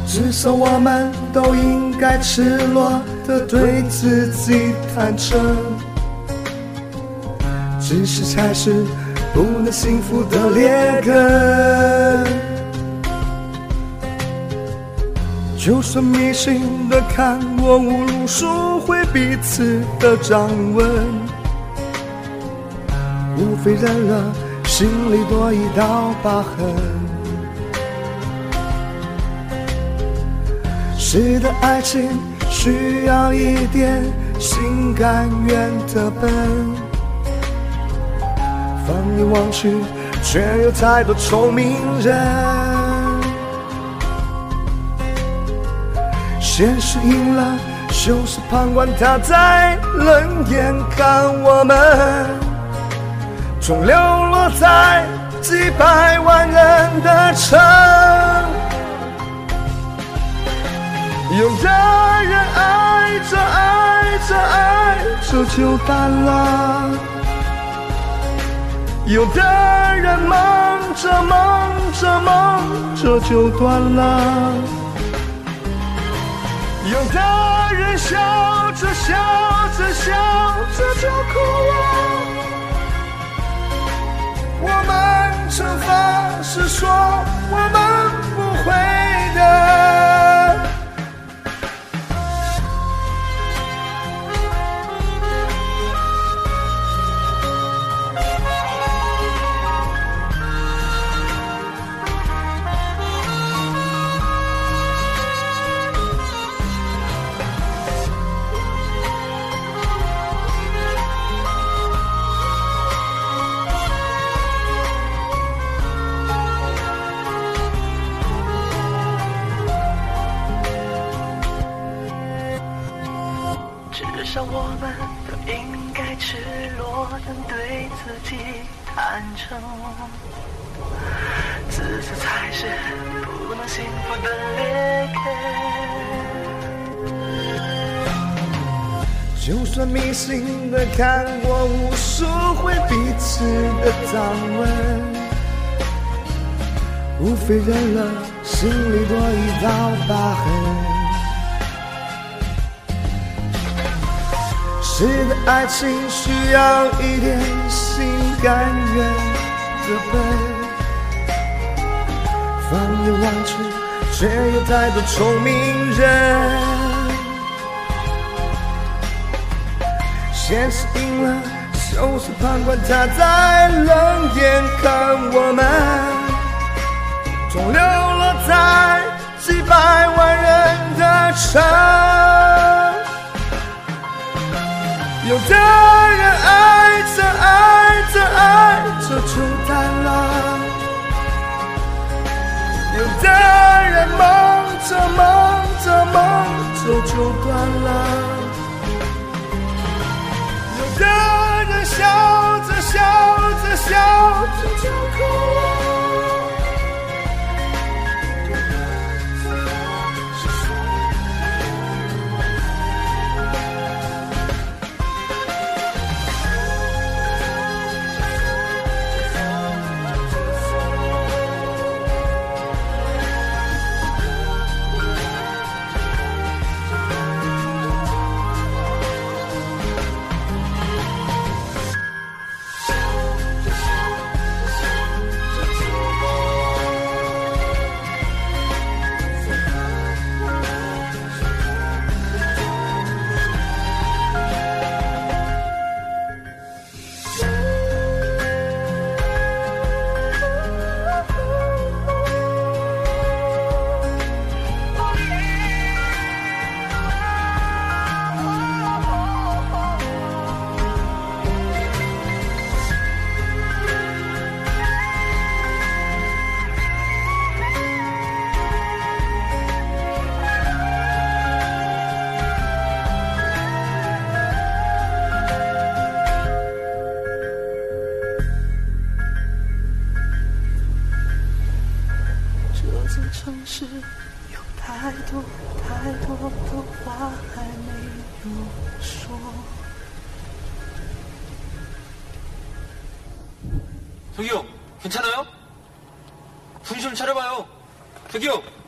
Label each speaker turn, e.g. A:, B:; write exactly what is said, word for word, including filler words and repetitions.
A: 至少我们都应该赤裸地对自己坦诚，知识才是不能幸福的劣根。就算迷信的看过无路数回彼此的掌纹，无非认了心里多一道疤痕。是的，爱情需要一点心甘愿的笨，放眼望去却有太多聪明人。现实赢了，羞耻旁观他在冷眼看我们，总流落在几百万人的城。有的人爱着爱着爱着就淡了，有的人梦着梦着梦着就断了，有的人笑着笑着笑着就哭了。我们曾发誓说我们不会的，
B: 至少我们都应该赤裸地对自己坦诚，自私才是不能幸福的劣根。
A: 就算迷信的看过无数回彼此的掌纹，无非认了心里多一道疤痕。是的，爱情需要一点心甘愿的笨，放眼望去却有太多聪明人。现实赢了，羞耻旁观他在冷眼看我们，总流落在几百万人的城。有的人爱着爱着爱着就淡了，有的人梦着梦着梦着就断了，有的人笑着笑着笑着就哭了。
B: 城市有太多太多的话还没有说。
C: 저기요, 괜찮아요? 정신 좀 차려봐요. 저기요.